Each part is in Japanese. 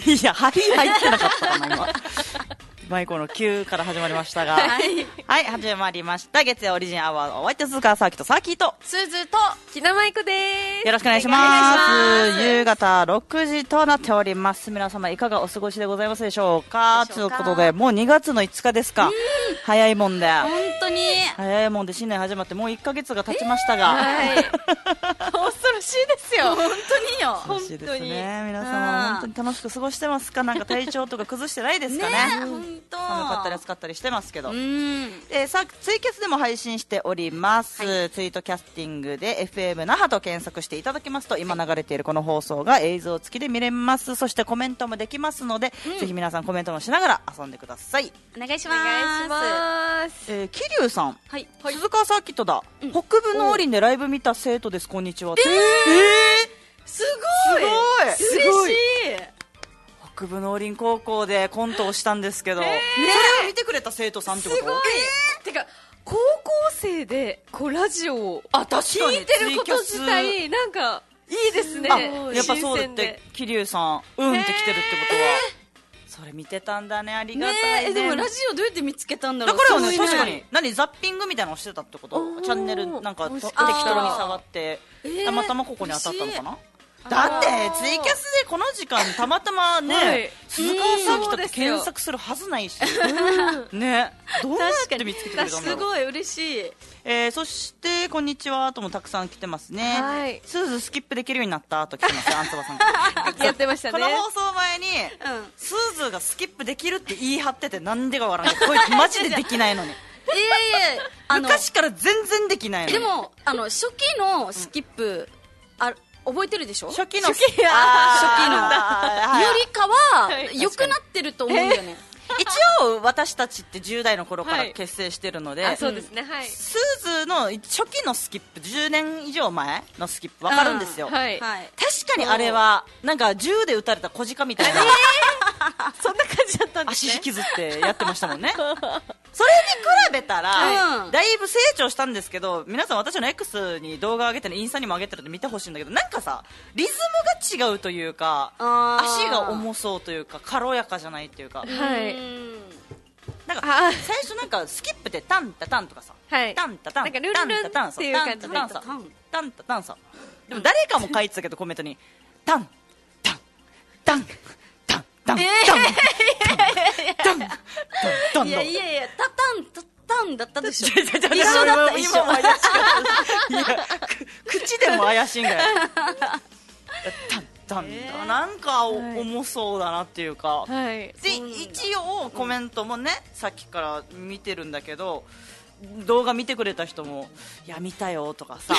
いや、入ってなかったかな、今。マイコの9から始まりましたが。はい。はい、始まりました。月曜オリジンアワード、お相手鈴川サーキとサーキーと、 スーズと、ひなまいこでーす。 よろしくお願いします。夕方6時となっております。皆様いかがお過ごしでございますでしょうか。ということで、もう2月の5日ですか。早いもんで。 本当に。 早いもんで新年始まってもう1ヶ月が経ちましたが。 はい。恐ろしいですよ。本当によ。 恐ろしいですね。皆様本当に楽しく過ごしてますか。なんか体調とか崩してないですかね。 本当。 寒かったり暑かったりしてますけど。さあツイキャスでも配信しております。はい、ツイートキャスティングで FM 那覇と検索していただきますと、今流れているこの放送が映像付きで見れます。そしてコメントもできますので、ぜひ皆さんコメントもしながら遊んでください。 お願いします。 桐生さん、 はい、 鈴川サーキットだ、北部農林でライブ見た生徒です、こんにちは。 すごい嬉しい。 北部農林高校でコントをしたんですけど、それを見てくれた生徒さんってこと？ すごい。てか高校生でラジオを聞いてること自体なんかいいですね。 やっぱそうだって、桐生さんって来てるってことは、それ見てたんだね。ありがたいね。 でもラジオどうやって見つけたんだろう。 だからね、確かに何ザッピングみたいなのをしてたってこと？チャンネルなんか適当に触ってたまたまここに当たったのかな。だってツイキャスでこの時間たまたまね、鈴川サーキットって検索するはずないしね、どうやって見つけてくれたんだろう。 すごい嬉しい。 そしてこんにちはともたくさん来てますね。スーズスキップできるようになったと来てますよ。アンツバさんからやってましたね。 この放送前にスーズがスキップできるって言い張ってて、なんでかわからない。こいつマジでできないのに。昔から全然できないのに。 でも初期のスキップ覚えてるでしょ。 初期のよりかは良くなってると思うよね。 一応私たちって10代の頃から結成してるので、 そうですね。 スーズの初期のスキップ、10年以上前のスキップ分かるんですよ。確かにあれはなんか銃で撃たれた小鹿みたいなそんな感じだったんですね。 足引きずってやってましたもんね。それに比べたらだいぶ成長したんですけど、皆さん私の X に動画上げてる、インスタにも上げてるって見てほしいんだけど、なんかさリズムが違うというか、足が重そうというか、軽やかじゃないというか、なんか最初なんかスキップでタンタタンとかさ、タンタタンタンタタンさ、タンタタンさ、タンタタンさ、でも誰かも書いてたけどコメントにタンタンタンタンタンタンタンタン、 いやタタンだったでしょ。 一緒だった。一緒。口でも怪しいんだよ。なんか重そうだなっていうか、で一応コメントもね、さっきから見てるんだけど、動画見てくれた人もいや見たよとかさ、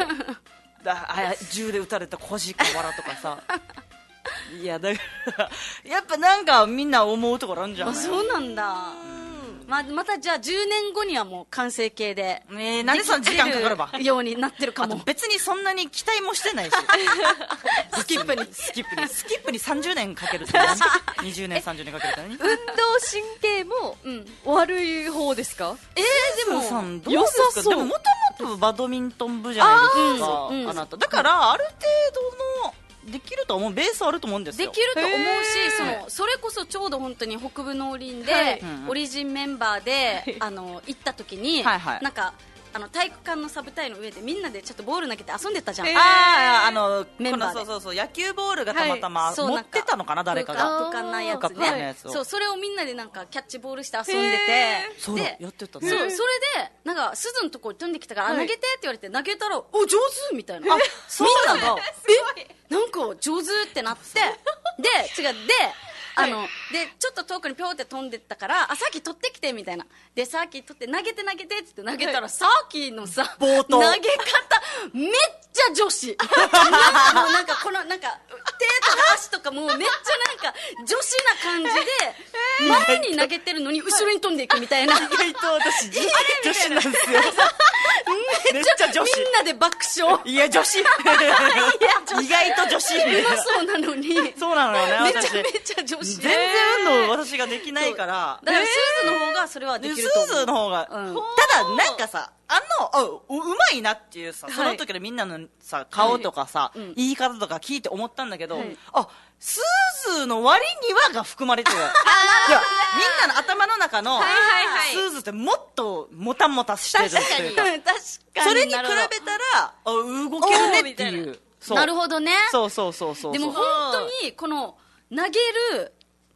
銃で撃たれた小鹿わらとかさ、いやだからやっぱなんかみんな思うところあるんじゃない？ そうなんだ。またじゃあ10年後にはもう完成形で、 なんでその時間かかるばようになってるかも。 別にそんなに期待もしてないしスキップに30年かけるって20年30年かけるって何？ 運動神経も悪い方ですか？ でもさんどうですか？でももともとバドミントン部じゃないですか、あなただからある程度のできると思う、ベースあると思うんですよ。 できると思うし、それこそちょうど本当に北部農林でオリジンメンバーで行った時に、なんか体育館のサブタイの上でみんなでちょっとボール投げて遊んでたじゃん。メンバーでそう野球ボールがたまたま持ってたのかな、誰かが浮かんないやつね。それをみんなでなんかキャッチボールして遊んでて、 そうだやってたね。 それでなんか鈴のところに飛んできたから投げてって言われて、投げたらお上手みたいな、 そうなんだ、 なんか上手ってなって、でちょっと遠くにピョーって飛んでったから、さっき取ってきてみたいな、でサーキー取って投げてって投げたら、サーキーのさ投げ方めっちゃ女子もうなんかこのなんか手とか足とかもめっちゃなんか女子な感じで前に投げてるのに後ろに飛んでいくみたいな。 意外と私女子なんですよ。 めっちゃ女子、みんなで爆笑。 いや女子意外と女子そうなのに。 そうなのよね、私めちゃ女子。 全然運動私ができないから。 だからスーズの方がそれはできると思う。 スーズの方が、ただなんかさ、 うまいなっていうさ、その時のみんなのさ顔とかさ、言い方とか聞いて思ったんだけど、スーズーの割にはが含まれてる。いや、みんなの頭の中のスーズーってもっともたもたしてるというか、 確かにそれに比べたら動けるねっていう。 なるほどね。 そうでも本当にこの投げる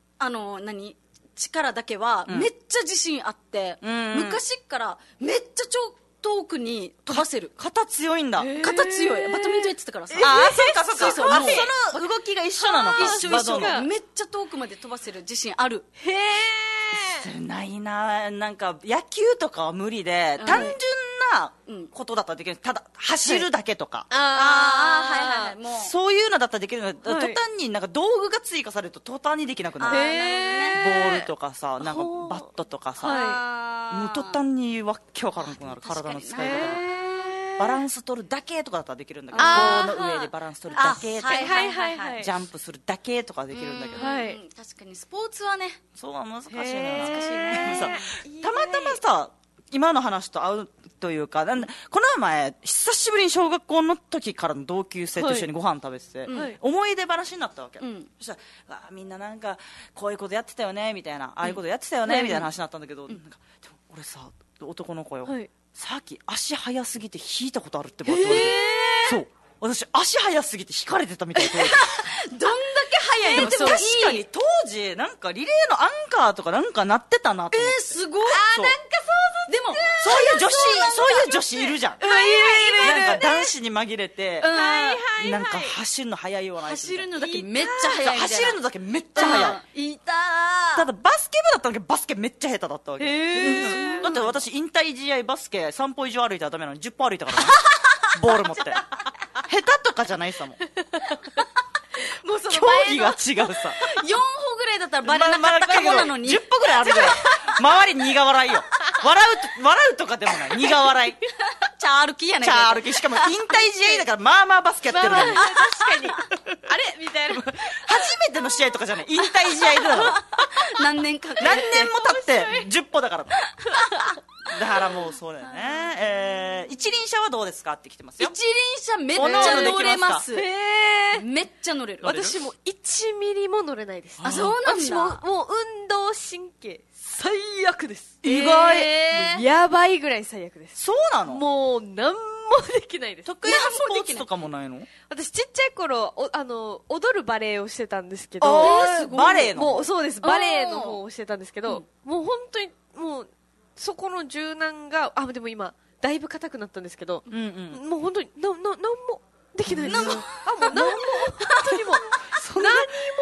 力だけはめっちゃ自信あって、昔からめっちゃ遠くに飛ばせる。 肩強いんだ。 肩強い。バドミントンやってたからさ。 そうその動きが一緒なのか。 一緒。めっちゃ遠くまで飛ばせる自信ある。 ないな。なんか野球とかは無理で、単純なことだったらできる。ただ走るだけとか、そういうのだったらできるので、途端になんか道具が追加されると途端にできなくなる。ボールとかさ、なんかバットとかさ、もう途端にわっけわからなくなる。体の使い方がバランス取るだけとかだったらできるんだけど、棒の上でバランス取るだけとか、ジャンプするだけとかできるんだけど、 確かにスポーツはね、 そうは難しいのよな。たまたまさ、今の話と合うというか、この前久しぶりに小学校の時からの同級生と一緒にご飯食べてて、思い出話になったわけ。そしたらみんななんかこういうことやってたよねみたいな、ああいうことやってたよねみたいな話になったんだけど、なんかでも俺さ、男の子よ、さっき足速すぎて引いたことあるってばって言われて、そう私足速すぎて引かれてたみたいでどんだけ速いの。 でも確かに当時なんかリレーのアンカーとかなんかなってたなと思って。 すごい。 なんかでもそういう女子いるじゃん。なんか男子に紛れてなんか走るの速いような、 走るのだけめっちゃ速いみたいな。 走るのだけめっちゃ速い。ただバスケ部だったんだけどバスケめっちゃ下手だったわけ。だって私引退試合バスケ3歩以上歩いたらダメなのに10歩歩いたからね。ボール持って下手とかじゃないさもん。もうその競技が違うさ。4歩ぐらいだったらバレなかったかもなのに 10歩ぐらいあるぐらい。周り苦笑いよ。笑うとかでもない。苦笑い。 チャー歩きやねん。 チャー歩き。しかも引退試合だからまあまあバスケやってるのに。 確かに。あれみたいな。 初めての試合とかじゃない。引退試合だろ。 何年も経って10歩だから。だからもうそうだよね。一輪車はどうですかって来てますよ。 一輪車めっちゃ乗れます。めっちゃ乗れる。 私も1ミリも乗れないです。 あ、そうなんだ。 私も運動神経最悪です。 意外。 やばいぐらい最悪です。 そうなの？ もう何もできないです。 得意なスポーツとかもないの？ 私ちっちゃい頃踊るバレエをしてたんですけど、 バレエのもうそうです、バレエの方をしてたんですけど、もう本当にもうそこの柔軟がでも今だいぶ硬くなったんですけど、もう本当に何もできないです。もう何も本当にもう何も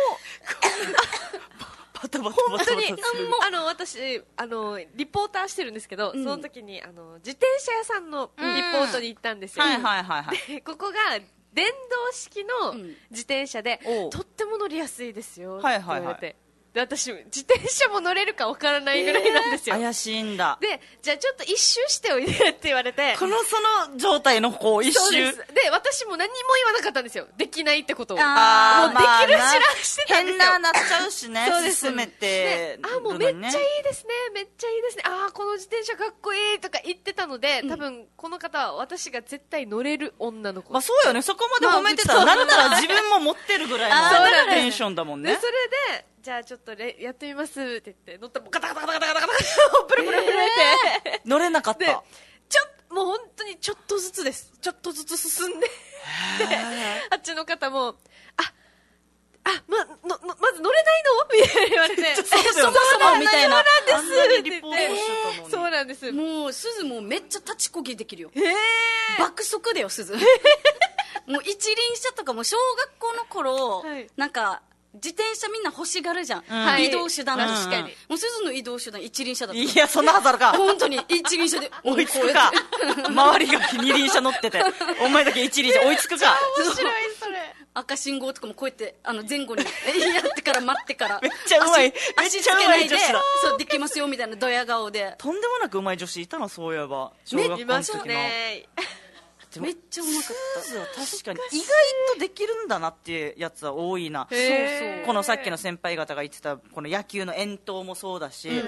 本当に私リポーターしてるんですけど、その時に自転車屋さんのリポートに行ったんですよ。でここが電動式の自転車でとっても乗りやすいですよって言われて、で私自転車も乗れるかわからないぐらいなんですよ。 怪しいんだ。 でじゃあちょっと一周しておいでって言われて、 その状態のこう一周。 そうです。で私も何も言わなかったんですよ、できないってことを。もうできる知らしてたんですよ。 変なっちゃうしね。 そうです。 進めてもうめっちゃいいですね、めっちゃいいですね、この自転車かっこいいとか言ってたので、多分この方は私が絶対乗れる女の子。 そうよね。そこまで褒めてたらなんなら自分も持ってるぐらいのテンションだもんね。 それでじゃあちょっとやってみますって言って乗ったらもうガタガタガタガタガタガタブルブルブルって乗れなかった。 もう本当にちょっとずつです。ちょっとずつ進んであっちの方もまず乗れないのみたいに言われてそうなんみたいな。 そうなんですって言って、そうなんです。 もうすずもめっちゃ立ちこぎできるよ。爆速だよすず。もう一輪車とかも小学校の頃なんか自転車みんな欲しがるじゃん、移動手段として。もうすずの移動手段一輪車だった。 いやそんなはずあるか。 本当に一輪車で追いつくか。周りが二輪車乗っててお前だけ一輪車追いつくか。 面白いそれ。 赤信号とかもこうやって前後にやってから待ってからめっちゃうまい。 足つけないでそうできますよみたいなドヤ顔で。 とんでもなくうまい女子いたな、そういえば小学校の時の。 めっちゃうまかった。 スーズは確かに意外とできるんだなっていうやつは多いな。このさっきの先輩方が言ってたこの野球の遠投もそうだし、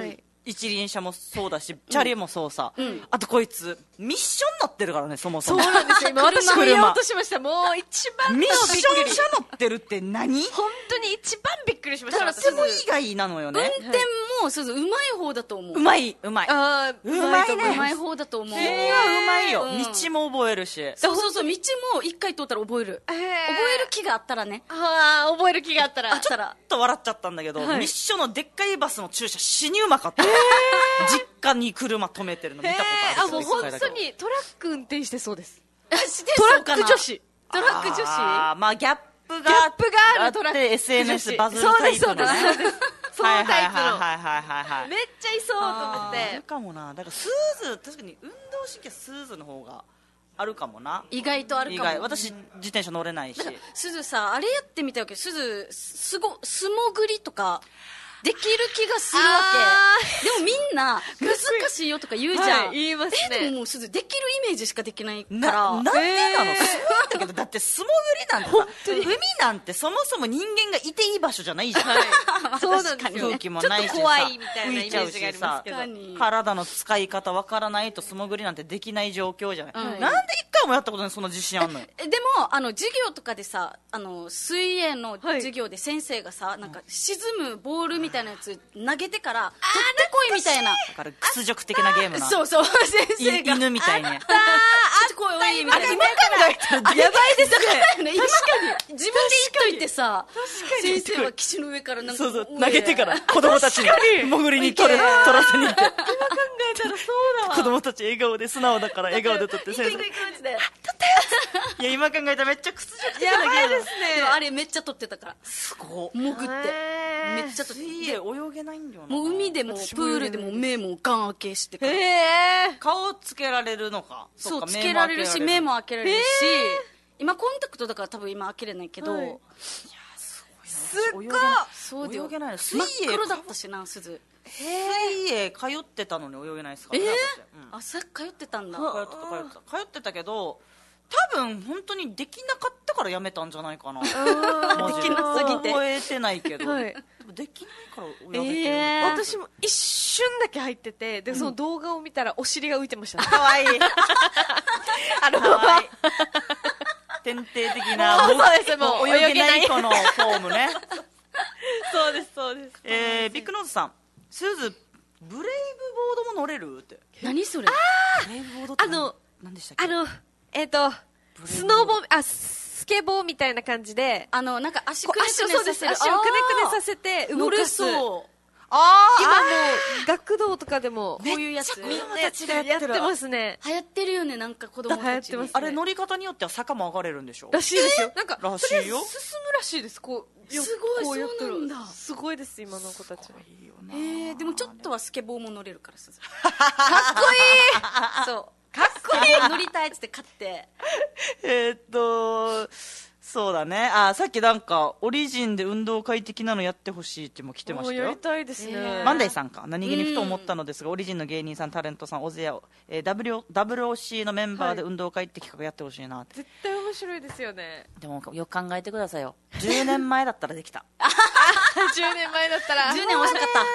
一輪車もそうだし、チャリもそうさ、あとこいつミッション乗ってるからね、そもそも。 そうなんですよ、今私も言おうとしました。もう一番のミッびっショくり。 ン車乗ってるって何？ 本当に一番びっくりしました。 とても意外なのよね。 運転もすずうまい方だと思う。 うまい、うまい。 あー、 うまいね。 うまい方だと思う。 君はうまいよ。道も覚えるし。 そうそうそう、道も一回通ったら覚える。覚える気があったらね。 ああ、覚える気があったら。 あったら。 ちょっと笑っちゃったんだけど、ミッションのでっかいバスの駐車死にうまかった。実家に車止めてるの見たことある。 もう本当にトラック運転してそうです。 トラック女子。 トラック女子。 まあギャップがあるトラック。 SNS バズるタイプのね。 そのタイプの。 はい。 めっちゃいそうと思って。 あるかもな。だからスーズ、確かに運動神経スーズの方があるかもな。 意外とあるかも。 意外。私自転車乗れないし。 すずさ、あれやってみたわけ。すず、素潜りとかできる気がするわけ。でもみんな難しいよとか言うじゃん。 言いますね。 でももうすずできるイメージしかできないから。 なんでなの？すごいんだけど、だって素潜りなんてさ、海なんてそもそも人間がいていい場所じゃないじゃん。 そうなんですよ。 空気もないしさ、 ちょっと怖いみたいなイメージがありますけど。 体の使い方わからないと素潜りなんてできない状況じゃない。なんで一回もやったことないその自信あんのよ。 でも授業とかでさ、水泳の授業で先生がさ、なんか沈むボールみたいなやつ投げてから取ってこいみたいな。 だから屈辱的なゲームな。 そうそう、先生が犬みたいに。 取ってこいみたいな。 今考えたらやばいですね。 確かに自分で言っといてさ、先生は岸の上からなんかそう投げてから子供たちに潜りに取らせに行って。今考えたらそうだわ。 子供たち笑顔で素直だから笑顔で取って先生。いや今考えたらめっちゃ屈辱的なゲーム。 やばいですね。 あれめっちゃ取ってたから。 すごい。 潜ってめっちゃ取って。 水泳泳げないんだよな。 もう海でもプールでも目もガン開けしてから。 顔つけられるのか。 そう、つけられるし目も開けられるし、今コンタクトだから多分今開けれないけど。いやすっごい。 そうだよ。 泳げない。 真っ黒だったしな、すず。 水泳通ってたのに泳げないですからね。 朝通ってたんだ。 通ってたけど、多分本当にできなかったからやめたんじゃないかな。できなすぎて覚えてないけど、でもできないからやめてる。 私も一瞬だけ入ってて、でその動画を見たらお尻が浮いてましたね。 かわいい。典型的なもう泳げない子のフォームね。 そうですそうです。 ビッグノーズさん、スーズブレイブボードも乗れるって。 何それ？ ブレイブボードって何でしたっけ？ スノーボー、スケボーみたいな感じで、 なんか足くねくねさせる。 足をくねくねさせて動かす。 そう。今もう学童とかでもこういうやつ子供たちがやってますね。 流行ってるよね、なんか子供たちに。 あれ乗り方によっては坂も上がれるんでしょ？ らしいですよ。なんからしいよ。 進むらしいです。こうすごい、そうなんだ。 すごいです今の子たちは。 でもちょっとはスケボーも乗れるからさ。 かっこいい。 そう。かっこいい。乗りたいっつって買って。 そうだね。さっきなんかオリジンで運動会的なのやってほしいっても来てましたよ。 やりたいですね。 マンデーさんか。何気にふと思ったのですが、オリジンの芸人さん、タレントさん、オズやWOC のメンバーで運動会って企画やってほしいなって。 絶対面白いですよね。 でもよく考えてくださいよ。10年前だったらできた。 10年前だったら。 10年遅かった。なかなか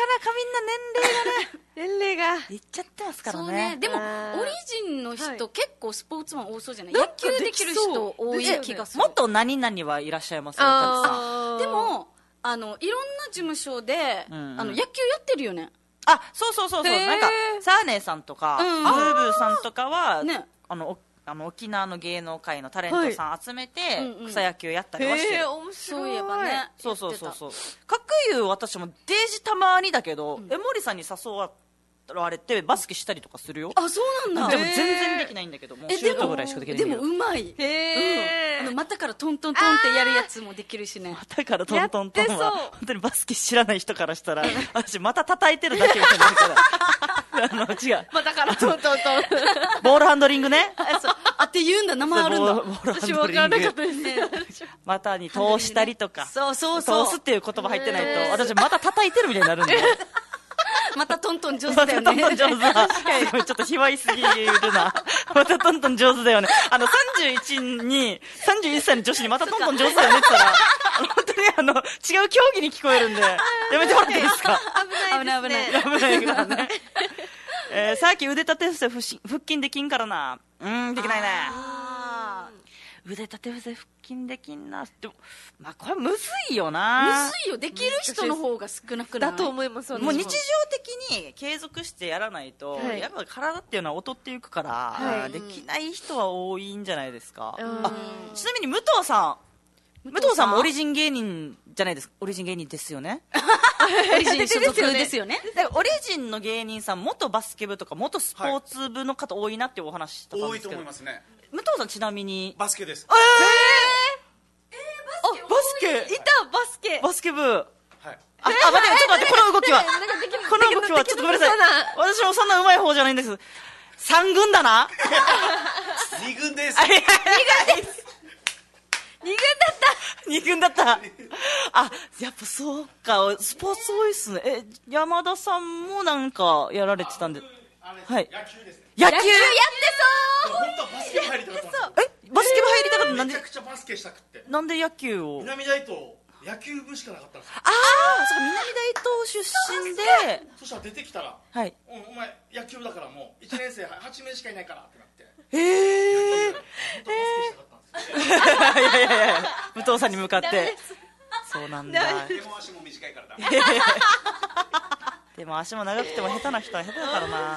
みんな年齢がいっちゃってますからね。 そうね。でもオリジンの人結構スポーツマン多そうじゃない？野球できる人多い気がする。 もっと何々はいらっしゃいますよ、たくさん。 でもいろんな事務所で野球やってるよね。 そうなんかサーネーさんとかブーブーさんとかは沖縄の芸能界のタレントさん集めて草野球やったりはしてる。 面白い。 そういえばね。 そうかくいう私もデージたまにだけど江森さんに誘われてバスケしたりとかするよ。 そうなんだ。 でも全然できないんだけど、もうシュートぐらいしかできないけど。 でもうまい。股からトントントンってやるやつもできるしね。 股からトントントンは本当にバスケ知らない人からしたら私また叩いてるだけみたいになるから違う。 股からトントントン。 ボールハンドリングね。 って言うんだ、名前あるんだ。 私分からなかったですね。 股に通したりとか。 そう通すっていう言葉入ってないと私また叩いてるみたいになるんで。 またトントン上手だよね。 またトントン上手だ。ちょっと卑猥すぎるな。またトントン上手だよね。31歳の女子にまたトントン上手だよねって言ったら、 本当に違う競技に聞こえるんで、やめてもらっていいですか？ 危ない危ない。 危ないからね。さっき腕立て伏せ腹筋できんからな。できないね。腕立て伏せ腹筋できんな。でも、まあこれむずいよな。 むずいよ。できる人の方が少なくない？ だと思います。 もう日常的に継続してやらないと、やっぱ体っていうのは劣っていくから、できない人は多いんじゃないですか。ちなみに武藤さんもオリジン芸人じゃないですか。オリジン芸人ですよね。 オリジン所属ですよね。 オリジンの芸人さん、元バスケ部とか元スポーツ部の方多いなっていうお話したんですけど。 多いと思いますね。 武藤さんちなみにバスケです。 バスケいたバスケ部。 はい。 待って、ちょっと待って、この動きはちょっとごめんなさい。私もそんな上手い方じゃないんです。3軍だな。 2軍です。 2軍だった。やっぱそうか、スポーツ多いっすね。山田さんもなんかやられてたんで。はい。 野球ですね。 野球やってそう。本当はバスケ部入りたかったんですよ。 バスケ部入りたかった。なんでめちゃくちゃバスケしたくって。 なんで野球を？ 南大東野球部しかなかったんですよ。 そうか、南大東出身で。 そしたら出てきたら、 はい。 お前野球部だからもう1年生8名しかいないからってなって。 本当バスケしたかったんですよ。 いや武藤さんに向かってそうなんだ。 でも足も短いからだ。 でも足も長くても下手な人は下手だからな。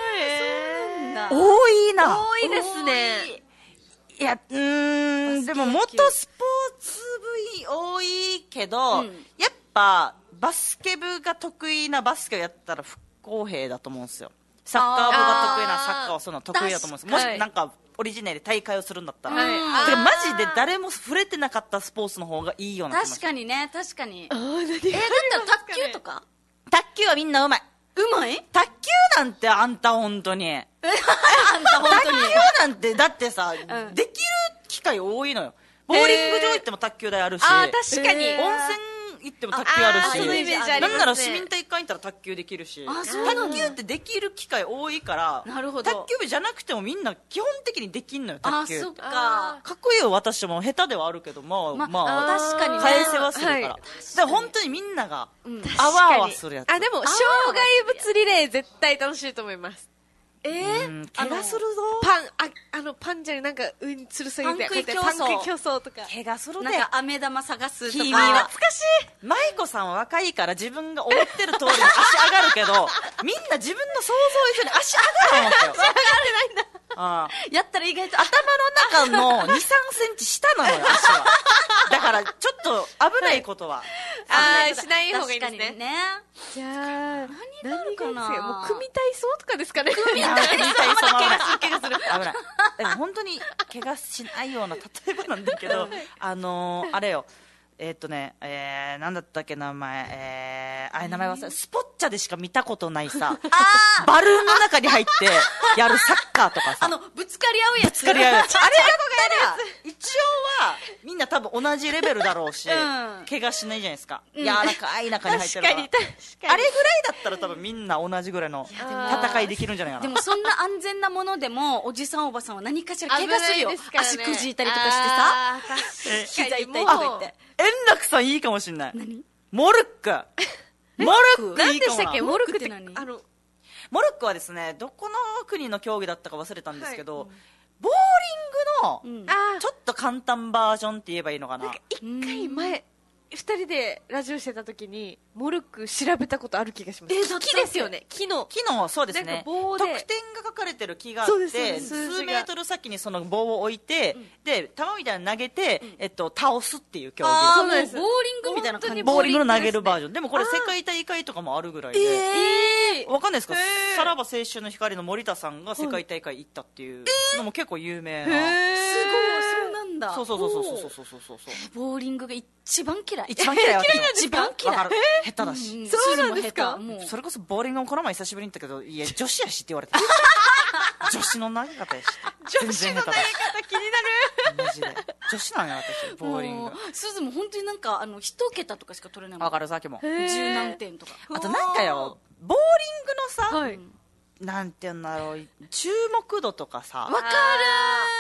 多いな。 多いですね。 いや、でも元スポーツ部多いけど、やっぱバスケ部が得意なバスケをやったら不公平だと思うんですよ。サッカー部が得意なサッカーをするのは得意だと思うんです。もしなんかオリジナルで大会をするんだったら、マジで誰も触れてなかったスポーツの方がいいような気がします。 確かにね、確かに。だったら卓球とか？ 卓球はみんなうまい。 うまい？ 卓球なんてあんた本当に。卓球なんてだってさ、できる機会多いのよ。ボーリング場行っても卓球台あるし、 確かに。 温泉行っても卓球あるし、 そのイメージありますね。 なんなら市民体育館行ったら卓球できるし、卓球ってできる機会多いから、卓球部じゃなくてもみんな基本的にできんのよ、卓球。 そっか。 かっこいいよ、私も下手ではあるけども、 確かにね。 返せはするから。で本当にみんながあわあわするやつ。 でも障害物リレー絶対楽しいと思います。 怪我するぞ。 パンじゃになんか上に吊るされてパン食い競争とか。 怪我するで。 なんか飴玉探すとか。 君懐かしい。舞子さんは若いから自分が思ってる通りに足上がるけど、みんな自分の想像以上に足上がらんわけよ。 上がれないんだ。やったら意外と頭の中の2、3センチ下なのよ、足は。だからちょっと危ないことは。 しない方がいいですね。じゃあ、 何があるかな。 もう組体操とかですかね。 組体操怪我する。危ない。だから本当に怪我しないような例えばなんだけど、あれよ。なんだったっけ名前、名前忘れ、スポッチャでしか見たことないさ、バルーンの中に入ってやるサッカーとかさ、 ぶつかり合うやつ。 あれやったら、一応はみんな多分同じレベルだろうし、怪我しないじゃないですか。柔らかい中に入ってるから。あれぐらいだったら多分みんな同じぐらいの戦いできるんじゃないかな。 でもそんな安全なものでも、おじさんおばさんは何かしら怪我するよ。足くじいたりとかしてさ、膝痛いとか言って。 円楽さんいいかもしんない。モルック。モルックいいかもな。 何でしたっけ？モルックって何？ モルックはですね、どこの国の競技だったか忘れたんですけど、ボーリングのちょっと簡単バージョンって言えばいいのかな。 一回前2人でラジオしてた時にモルック調べたことある気がします。木ですよね。木のそうですね。得点が書かれてる木があって数メートル先にその棒を置いて、で球みたいに投げて倒すっていう競技。 そうです。ボーリングみたいな感じ。 ボーリングの投げるバージョン。でもこれ世界大会とかもあるぐらいで、わかんないですか？さらば青春の光の森田さんが世界大会行ったっていうのも結構有名な。 すごい、そうなんだ。 そう。 ボーリングが一番嫌い。 一番嫌い。 一番嫌い。 下手だし。 そうなんですか？ それこそボーリングもこの前久しぶりに行ったけど、いや女子やしって言われた。女子の投げ方やし。 女子の投げ方気になる。 マジで。女子なんや私ボーリング。 すずも本当になんか一桁とかしか取れないもん。 わかるさっきも。 十何点とか。 あとなんかよ、ボーリングのさ、なんていうんだろう、注目度とかさ。 わかる。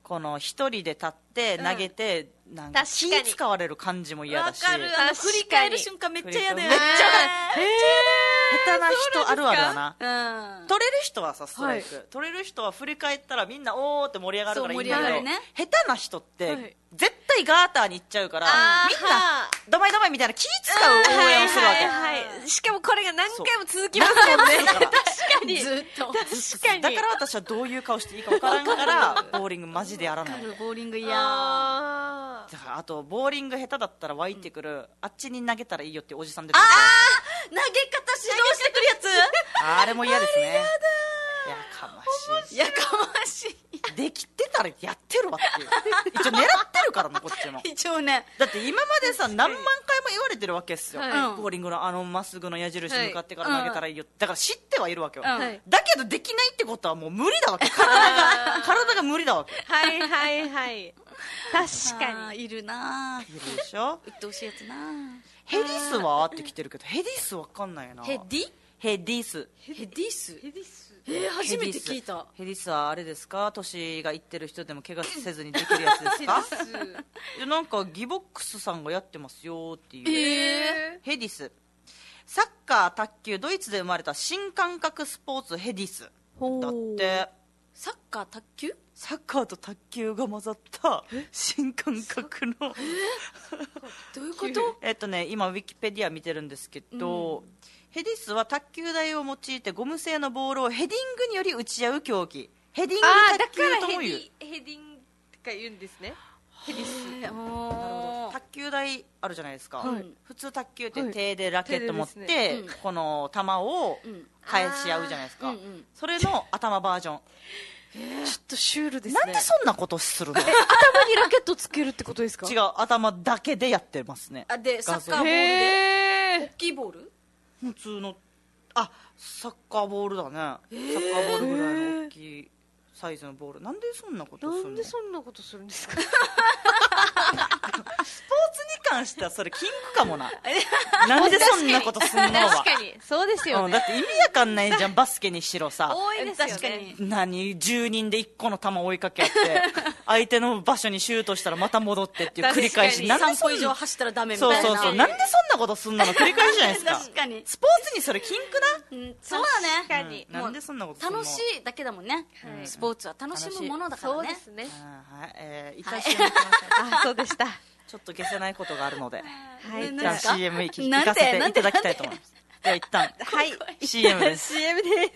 この一人で立って投げて、なんか気使われる感じも嫌だし。 わかる。振り返る瞬間めっちゃ嫌だよね。 めっちゃ下手な人あるあるだな。取れる人はさ、ストライク。取れる人は振り返ったらみんなおーって盛り上がるからいいんだけど、下手な人って、絶対ガーターに行っちゃうから、みんな、ドバイドバイみたいな気使う応援をするわけ。 しかもこれが何回も続きますもんね。確かに。 ずっと。 確かに。 だから私はどういう顔していいか分からんから、ボーリングマジでやらない。 ボーリング嫌。 だからあとボーリング下手だったら湧いてくる、あっちに投げたらいいよっておじさん出てくる。 投げ方指導してくるやつ。 あれも嫌ですね。やかましい。 やかましい。 できてたらやってるわっていう。一応狙ってるからな、こっちも。 一応ね。 だって今までさ、何万回も言われてるわけですよ。ボーリングのまっすぐの矢印に向かってから投げたらいいよ。だから知ってはいるわけよ。だけどできないってことはもう無理だわけ。体が無理だわけ。 はいはいはい。確かに。 いるなぁ。 いるでしょ。 うっとうしいやつなぁ。 ヘディスはって来てるけど、ヘディスわかんないな。 ヘディヘディス。 ヘディス初めて聞いた。 ヘディスはあれですか、年がいってる人でも怪我せずにできるやつですか？なんかギボックスさんがやってますよっていう。ヘディス、サッカー、卓球、ドイツで生まれた新感覚スポーツ、ヘディスだって。 サッカー、卓球？ サッカーと卓球が混ざった新感覚のどういうこと？ 今ウィキペディア見てるんですけど、ヘディスは卓球台を用いてゴム製のボールをヘディングにより打ち合う競技。ヘディング卓球とも言う。 ヘディングとか言うんですね。ヘディス。 なるほど。卓球台あるじゃないですか。普通卓球って手でラケット持って、この球を返し合うじゃないですか。それの頭バージョン。 ちょっとシュールですね。 なんでそんなことするの？ 頭にラケットつけるってことですか？ 違う、頭だけでやってますね。 で、サッカーボールで大きいボール？ 普通の、サッカーボールだね。サッカーボールぐらいの大きいサイズのボール。なんでそんなことするの？ なんでそんなことするんですか？ スポーツに関してはそれ禁句かもな。なんでそんなことすんのは。 確かにそうですよね。 だって意味わかんないじゃん、バスケにしろさ。 多いですよね。 確かに。 10人で1個の球追いかけ合って相手の場所にシュートしたらまた戻ってっていう繰り返し。 3歩以上走ったらダメみたいな。 そうなんでそんなことすんのの繰り返しじゃないですか。 確かに。 スポーツにそれ禁句な。そうだね。 なんでそんなことすんの？ 楽しいだけだもんね。スポーツは楽しむものだからね。 そうですね。 一回 CM 行きましょう。 そうでした。 ちょっと消せないことがあるので、 じゃあ CM 行かせていただきたいと思います。では一旦、CM です。 CM です。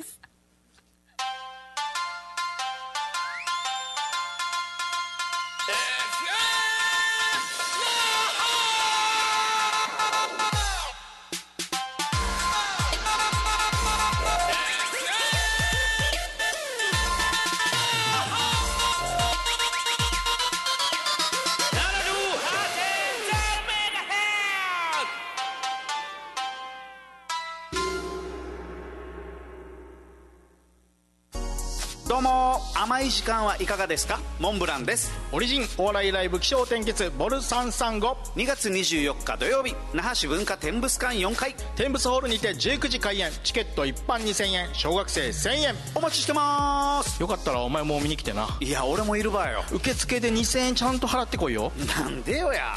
どうも、甘い時間はいかがですか？モンブランです。 オリジンお笑いライブ起承転結ボル335、 2月24日土曜日、那覇市文化天物館4階天物ホールにて19時開演。チケット一般2000円、小学生1000円。 お待ちしてます。 よかったらお前も見に来てな。 いや、俺もいるわよ。 受付で2000円ちゃんと払ってこいよ。 なんでよや。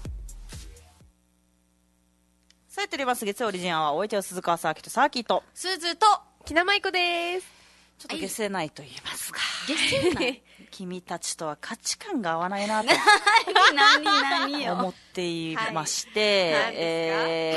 さあ、テレバス月曜オリジンアワー、お相手は鈴川サーキット、サーキットスーズときなまいこです。 ちょっと消せないと言いますか、 消せない君たちとは価値観が合わないなと何よ思っていまして、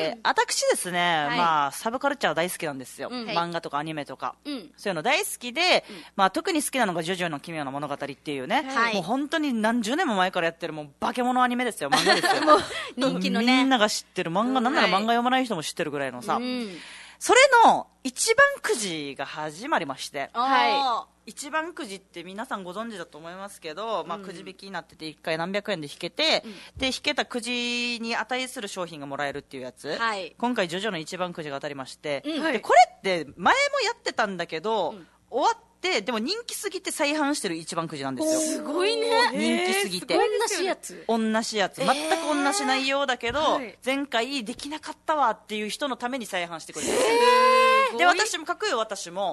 私ですね、サブカルチャー大好きなんですよ、漫画とかアニメとか、そういうの大好きで、特に好きなのがジョジョの奇妙な物語っていうね、もう本当に何十年も前からやってるもう化け物アニメですよ、漫画ですよ人気のね、 みんなが知ってる漫画、なんなら漫画読まない人も知ってるぐらいのさ、それの一番くじが始まりまして、一番くじって皆さんご存知だと思いますけど、くじ引きになってて1回何百円で引けて、で引けたくじに値する商品がもらえるっていうやつ、今回ジョジョの一番くじが当たりまして、でこれって前もやってたんだけど、終わってでも人気すぎて再販してる一番くじなんですよ。 すごいね、 人気すぎて同じやつ全く同じ内容だけど、前回できなかったわっていう人のために再販してくれる。で私も書くよ、私も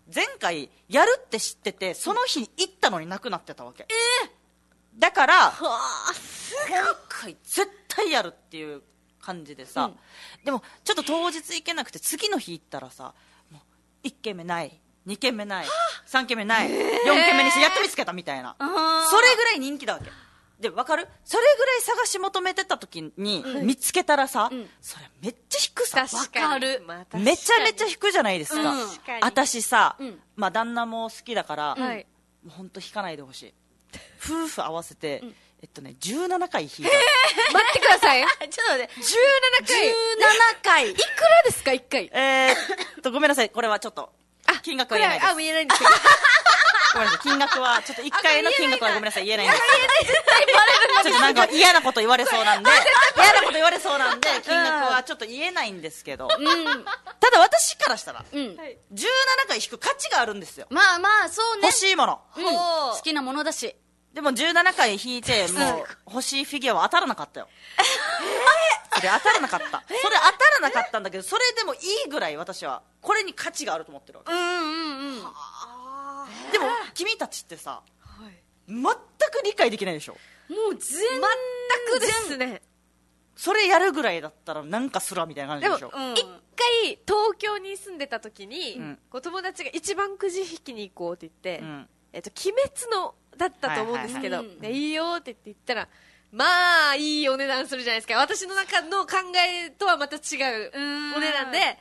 前回やるって知っててその日行ったのになくなってたわけ。だから今回絶対やるっていう感じでさ、でもちょっと当日行けなくて次の日行ったらさ、もう1軒目ない2軒目ない3軒目ない4軒目にしてやっと見つけたみたいな、それぐらい人気だわけで、分かる？それぐらい探し求めてた時に見つけたらさ、それめっちゃ引くさ。 分かる、 めちゃめちゃ引くじゃないですか。私さ、まあ旦那も好きだから、もうほんと引かないでほしい。夫婦合わせて、17回引いた。 待ってください。 ちょっと待って、 17回。いくらですか、1回。 ごめんなさい、これはちょっと金額は言えないです。 言えないんですけど。 ごめんなさい、金額はちょっと1回の金額はごめんなさい、言えないんですけど、ちょっとなんか嫌なこと言われそうなんで、金額はちょっと言えないんですけど、ただ私からしたら17回引く価値があるんですよ。 まあまあそうね、 欲しいもの、 好きなものだし。 でも17回引いてもう欲しいフィギュアは当たらなかったよ。それ当たらなかった。それ当たらなかったんだけど、それでもいいぐらい私はこれに価値があると思ってるわけ。でも君たちってさ、全く理解できないでしょ。 もう全くですね。 それやるぐらいだったらなんかすらみたいな感じでしょ。 一回東京に住んでた時に、友達が一番くじ引きに行こうって言って、鬼滅のだったと思うんですけど、いいよって言ったら、まあいいお値段するじゃないですか。私の中の考えとはまた違うお値段で、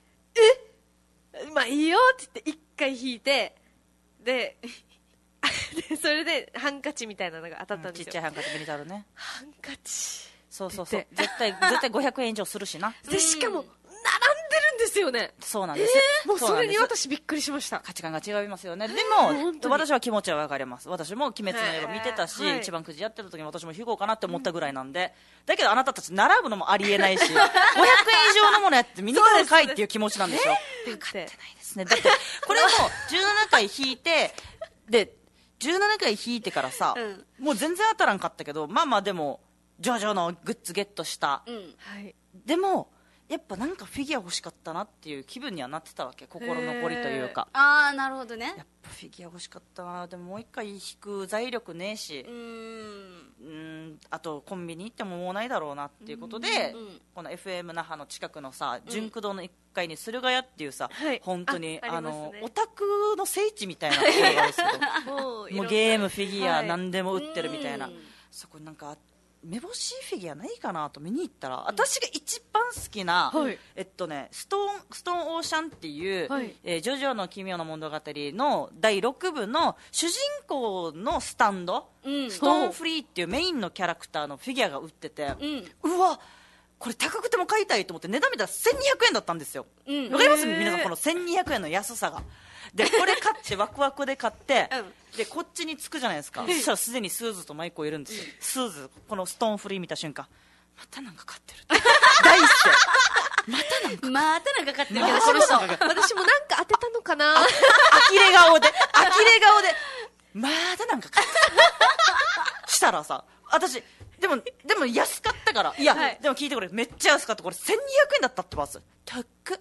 まあいいよって言って一回引いて、でそれでハンカチみたいなのが当たったんですよ。 ちっちゃいハンカチミニタルね。 ハンカチ、 そう絶対500円以上するしな。 でしかも並んでるんですよね。 そうなんです。 もうそれに私びっくりしました。 価値観が違いますよね。でも私は気持ちは分かります。私も鬼滅の刃見てたし、一番くじやってた時に私も引こうかなって思ったぐらいなんで、だけどあなたたち並ぶのもありえないし、500円以上のものやってミニタルかいっていう気持ちなんでしょ。分かってないですね。だってこれも17回引いて、で17回引いてからさ、もう全然当たらんかったけど、まあまあでもジョジョのグッズゲットした、でもやっぱなんかフィギュア欲しかったなっていう気分にはなってたわけ。心残りというか。 ああ、なるほどね。 やっぱフィギュア欲しかったな。でももう一回引く財力ねえし、あとコンビニ行ってももうないだろうなっていうことで、この FM 那覇の近くのさ、純駆堂の1階に駿河屋っていうさ、本当にオタクの聖地みたいなところがあるんですけど、もうゲームフィギュア何でも売ってるみたいな、そこになんか目星フィギュアないかなと見に行ったら、私が一番好きな、ストーンオーシャンっていう、ジョジョの奇妙な物語の第6部の主人公のスタンド、ストーンフリーっていうメインのキャラクターのフィギュアが売ってて、うわこれ高くても買いたいと思って値段見たら1200円だったんですよ。わかります皆さん、この1200円の安さが。でこれ買ってワクワクで買って、でこっちに着くじゃないですか。そしたらすでにスーズとマイコいるんですよ。スーズこのストーンフリー見た瞬間、またなんか買ってる大好き。 またなんか買ってるけど、この人私もなんか当てたのかな。 呆れ顔でまたなんか買ってるしたらさ、私でも安かったから、いや、でも聞いてくれ、めっちゃ安かった。これ1200円だったってばす。高っ。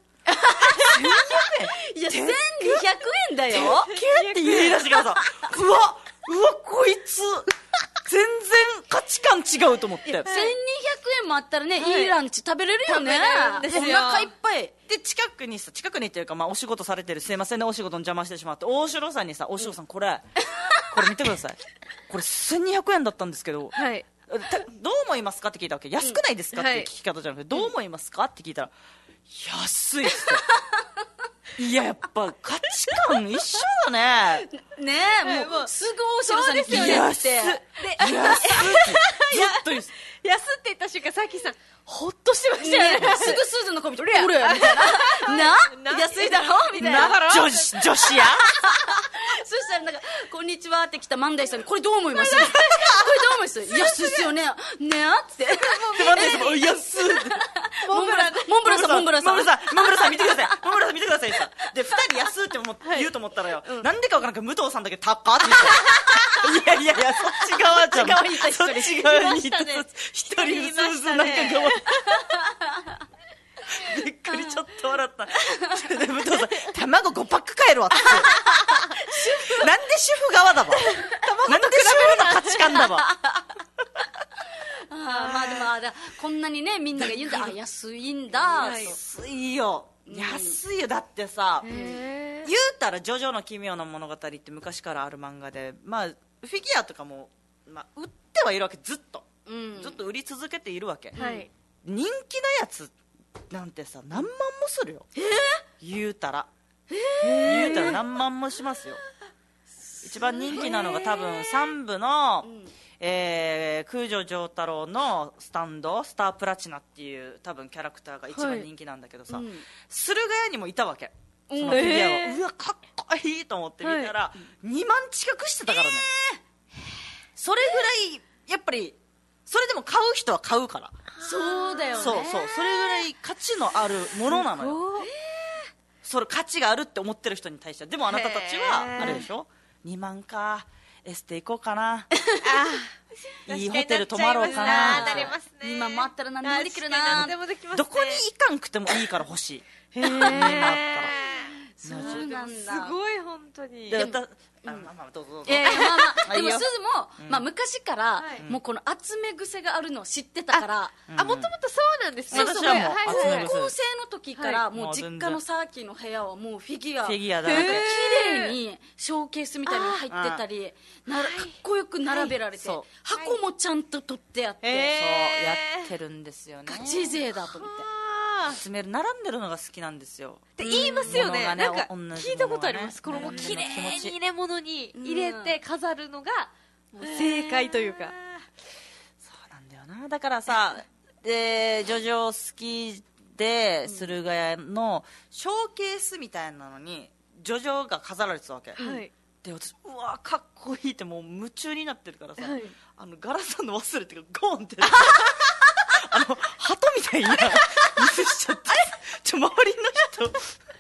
いや、1200円だよ。 1200円って言い出してからさ、うわこいつ全然価値観違うと思って。1200 円もあったらね、いいランチ食べれるよね。 ですよ。 お腹いっぱいで近くにっていうか、まあお仕事されてる、すいませんね、お仕事の邪魔してしまって、大城さんにさ、大城さんこれ見てください。これ1200円だったんですけど、どう思いますかって聞いたわけ。安くないですかって聞き方じゃなくて、どう思いますかって聞いたら、安いっすっていや、やっぱ価値観一緒だね。 ねえ、もうすぐ大城さんに聞いて、 安っ安って言った瞬間、さっきさんホッとしてましたよね。 すぐスーズの顔見て、俺みたいな、安いだろみたいな、 女子や。 そしたらなんかこんにちはって来た万代さんに、これどう思いますこれどう思います安いっすよねねって万代さんも安いモンブラさん見てください。モンブラさん見てくださいさ。で2人安いって言うと思ったらよ、なんでか分からんけど武藤さんだけ高っって言って、いやそっち側じゃん。そっち側に一人スーズなんか側びっくり、ちょっと笑ったで武藤さん卵5パック買えるわってなんで主婦側だわなんで主婦の価値観だわまあでもこんなにねみんなが言うんだ、安いんだ、 安いよ、安いよ。だってさ、言うたらジョジョの奇妙な物語って昔からある漫画で、まあフィギュアとかも、まあ、売ってはいるわけ、ずっと売り続けているわけ、人気なやつなんてさ何万もするよ、言うたら何万もしますよ。一番人気なのが多分3部の、空女城太郎のスタンドスタープラチナっていう多分キャラクターが一番人気なんだけどさ、駿河屋にもいたわけ、そのフィギュアを、うわかっこいいと思って見たら、2万近くしてたからね、それぐらいやっぱりそれでも買う人は買うから、 そうだよね、 そうそれぐらい価値のあるものなのよ、それ価値があるって思ってる人に対しては。でもあなたたちはあれでしょ、2万かエステ行こうかな、いいホテル泊まろうかな、 なりますね。 今もあったら何でもできるな、 どこに行かんくてもいいから欲しいへみんなあったら、 そうなんだ、 すごい本当に。 でまあどうぞでもすずも、昔から、もうこの集め癖があるのを知ってたから、 もともとそうなんですね。 私はもう集め癖、 高校生の時からもう実家のサーキーの部屋はもうフィギュアだらけ、 綺麗にショーケースみたいに入ってたり、かっこよく並べられて、箱もちゃんと取ってあって、 そうやってるんですよね。 ガチ勢だと思って、 集める、並んでるのが好きなんですよって言いますよね。なんか同じ聞いたことあります。これも綺麗に入れ物に入れて飾るのがもう正解というか。 そうなんだよな。だからさ、ジョジョ好きで駿河屋のショーケースみたいなのにジョジョが飾られてたわけ、で私うわーかっこいいってもう夢中になってるからさ、ガラスの忘れてゴンって鳩みたいなミスしちゃって周りの人でも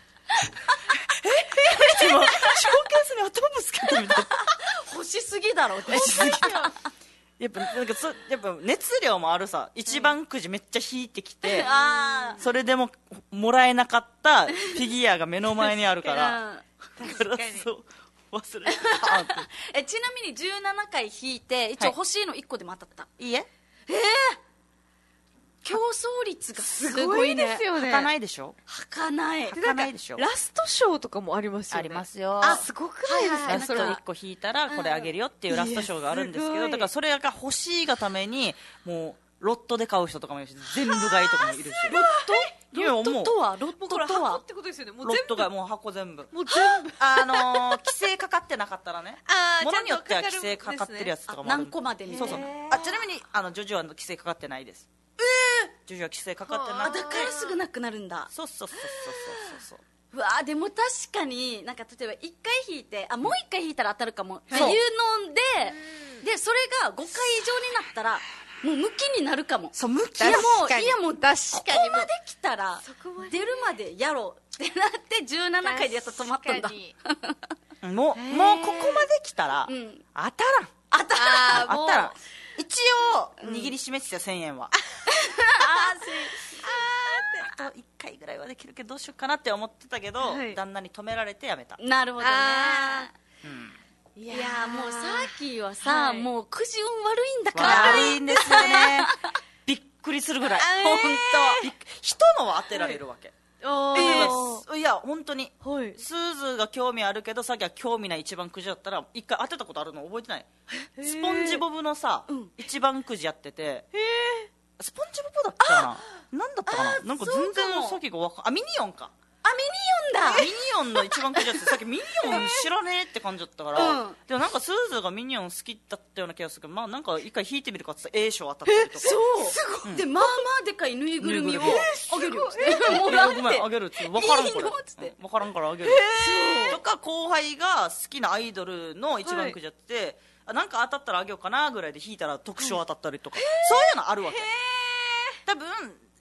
ショーケースに頭ぶつけてみたいな、 欲しすぎだろってやっぱなんかやっぱ熱量もあるさ、一番くじめっちゃ引いてきて、それでももらえなかったフィギュアが目の前にあるからガラスを忘れたちなみに17回引いて一応欲しいの1個でも当たった、 いいえ競争率がすごいね。 ですよね。 履かないでしょ、 履かないでしょ。 ラストショーとかもありますよね。 ありますよ。 すごくないですか。 ラスト1個引いたらこれあげるよっていうラストショーがあるんですけど、だからそれが欲しいがためにもうロットで買う人とかもいるし、全部買いとかもいるし。 ロットとは箱ってことですよね。もうロットがもう箱全部。 もう全部。 規制かかってなかったらね。物によっては規制かかってるやつとかもある。 何個までみたいな。 そう。ちなみにジョジョは規制かかってないです。ジョジョは規制かかってなくて、 だからすぐなくなるんだ。 そう。 うわでも確かになんか例えば1回引いてもう1回引いたら当たるかもっていうのでそれが5回以上になったらもう向きになるかも。 そう、向き。 いやもうここまで来たら出るまでやろうってなって17回でやったら止まったんだ。 もうここまで来たら当たらん。一応握りしめてたよ、1000円は。あと1回ぐらいはできるけどどうしようかなって思ってたけど、旦那に止められてやめた。 なるほどね。いやもうサーキーはさ、もうくじ運悪いんだから。 悪いんですよね。びっくりするぐらい。 本当。 人のは当てられるわけ。いや本当に、スーズが興味あるけどさっきは興味ない一番くじだったら一回当てたことあるの覚えてない？スポンジボブのさ、一番くじやってて、スポンジボブだったかな、なんだったかな、なんか全然さっきが分かんミニオンか。ミニオンの一番くじやってて、さっきミニオン知らねえって感じだったから、でもなんかスーズがミニオン好きだったような気がするけど、まあなんか一回引いてみるかって A 賞当たったりとか。 そうでまあでかいぬいぐるみをあげるよってもらって、ごめんあげるって分からんから分からんからあげるとか、後輩が好きなアイドルの一番くじやってて、なんか当たったらあげようかなぐらいで引いたら特賞当たったりとか、そういうのあるわけ。多分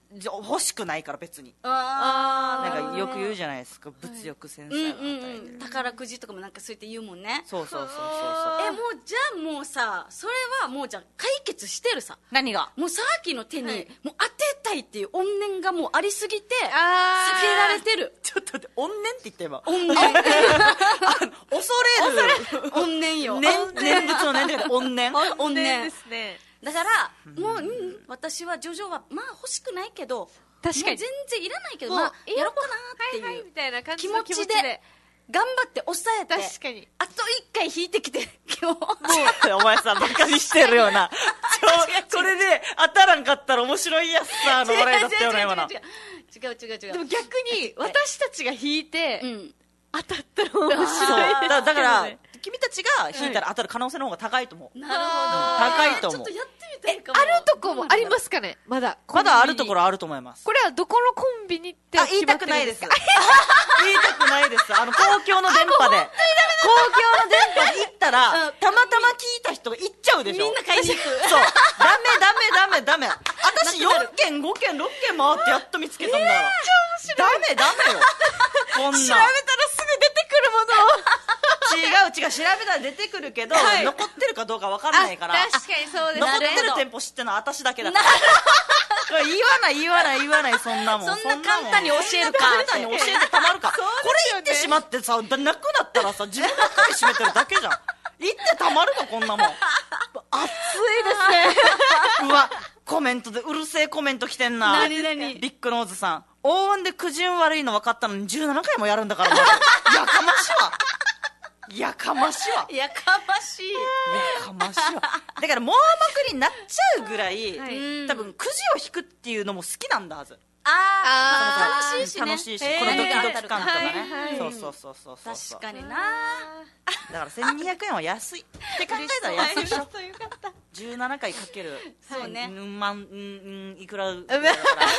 欲しくないから別に。 あなんかよく言うじゃないですか、物欲センサーが働いてる。 宝くじとかもなんかそうやって言うもんね。 そうそうそうそう。 もうじゃあもうさ、それはもうじゃあ解決してるさ。 何が？ もうサーキーの手にもう当てたいっていう怨念がもうありすぎて避けあーられてる。 ちょっと待って、怨念って言って今。 怨念。 恐れる。 怨念よ。 念仏の念で怨念。 怨念ですね。 だからもう、私はジョジョはまあ欲しくないけど、 確かにもう全然いらないけど、 もうまあやろうかなってはいはいみいうたいな感じ気の持ちで頑張って抑えて、 確かにあと一回引いてきて今日。 お前さ、バカにしてるような。それで当たらんかったら面白いやつさ、笑いだったよな、今の。 違う。 でも逆に私たちが引いてうん。 当たったら面白いですそうけどね。 だから君たちが引いたら当たる可能性の方が高いと思う。 なるほど。 高いと思うちょっとやってみたいかも。 あるとこもありますかね、まだ。 まだあるところ。 ろあると思います。 これはどこのコンビニって言いたくないです。 決ま言いたくないです。公共の電波で。公共の電波で行ったら、たまたま聞いた人が行っちゃうでしょ。 みんな買いに行く。 そう。ダメ。私4件、5件、6件回ってやっと見つけたんだから。ダメよ。こんなん。 調べたらすぐ出てくるものを。 違う、調べたら出てくるけど、 はい残ってるかどうかわかんないから。 確かにそうです残ってる店舗知ってるのは私だけだから。これ言わない、そんなもん。 そんな簡単に教えるか簡単に教えてたまるか。これ言ってしまってさ、なくなったらさ、自分ばっかり閉めてるだけじゃん。言ってたまるか、こんなもん。熱いですね。うわ、コメントでうるせえコメント来てんな。 何ビッグノーズさん。大音で苦順悪いの分かったのに17回もやるんだから、やかましいわ。 やかましい。 だから盲目になっちゃうぐらい、多分くじを引くっていうのも好きなんだはず。 楽しいしね。 楽しいし、このドキドキ感とかね、 はいそう確かにな。 だから1200円は安いって考えたら安いでしょ。 よかった 17回かけるそうね。 いくらだから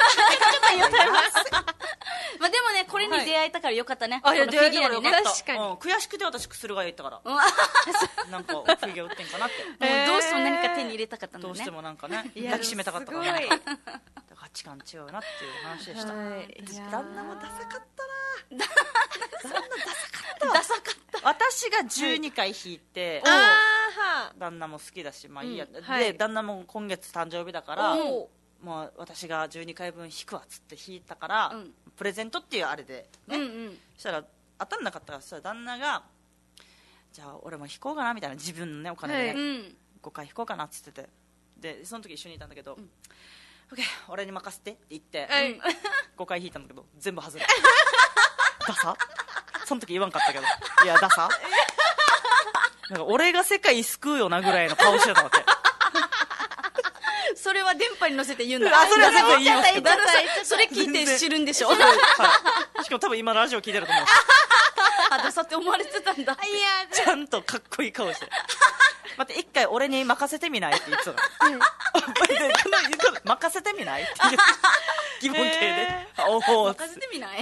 まあでもね、これに出会えたからよかったね。 いや出会えたからよかった。 確かに悔しくて私薬が言ったからなんかフィギュア売ってんかなって。 もうどうしても何か手に入れたかったんだね。 どうしてもなんかねいや抱きしめたかったからすごい価値観違うなっていう話でした。 はい旦那もダサかったな。 ダサかった。 私が12回引いて、 あ旦那も好きだし、まあいいや、 はいで旦那も今月誕生日だから、 おまあ、私が12回分引くわっつって引いたから、プレゼントっていうあれでね、そしたら当たんなかったから、そしたら旦那がじゃあ俺も引こうかなみたいな、自分のねお金でね、5回引こうかなっつってて、でその時一緒にいたんだけど、オッケー俺に任せてって言って、5回引いたんだけど全部外れダサその時言わんかったけど、いやダサなんか俺が世界救うよなぐらいの顔してたわけ。 それは電波に乗せて言うんだ。 それは全然言いますけど、 それ聞いて知るんでしょ。 はい、しかも多分今ラジオ聞いてると思うし、 ダサって思われてたんだ。 ちゃんとかっこいい顔して待って一回俺に任せてみないって言ってたの、任せてみないって疑問形で、おお任せてみない。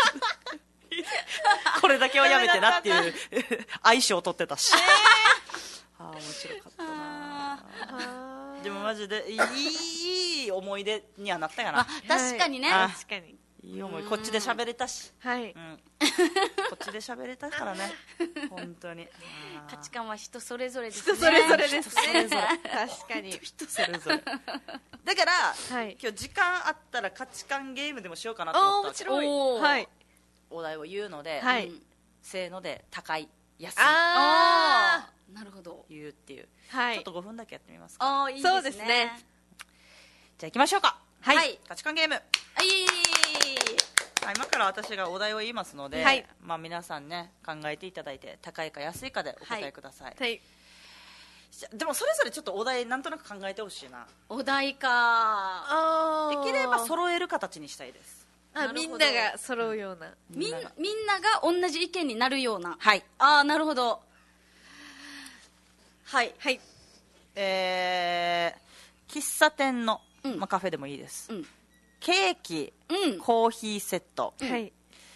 これだけはやめてなっていう相性を取ってたし、面白かったな。でもマジでいい思い出にはなったかな。 確かにね。 確かにいい思い、こっちで喋れたし、 はい、 こっちで喋れたからね本当に。 価値観は人それぞれですね。 人それぞれですね。 人それぞれ確かに人それぞれだから、 はい今日時間あったら価値観ゲームでもしようかなと思ったわけ。 いはいお題を言うので、 はいせーので高い安いあなるほど。 言うっていう、 はいちょっと5分だけやってみますか。 いいですね。 そうですね。 じゃあ行きましょうか。 はい価値観ゲーム。今から私がお題を言いますので、 はいまあ、皆さんね考えていただいて高いか安いかでお答えください、 はいでもそれぞれちょっとお題なんとなく考えてほしいな。 お題か。 できれば揃える形にしたいです。 みんなが揃うようなみんなが同じ意見になるような。 はい。 なるほど。はいはい喫茶店の、まあ、カフェでもいいです、ケーキ、コーヒーセット、 はい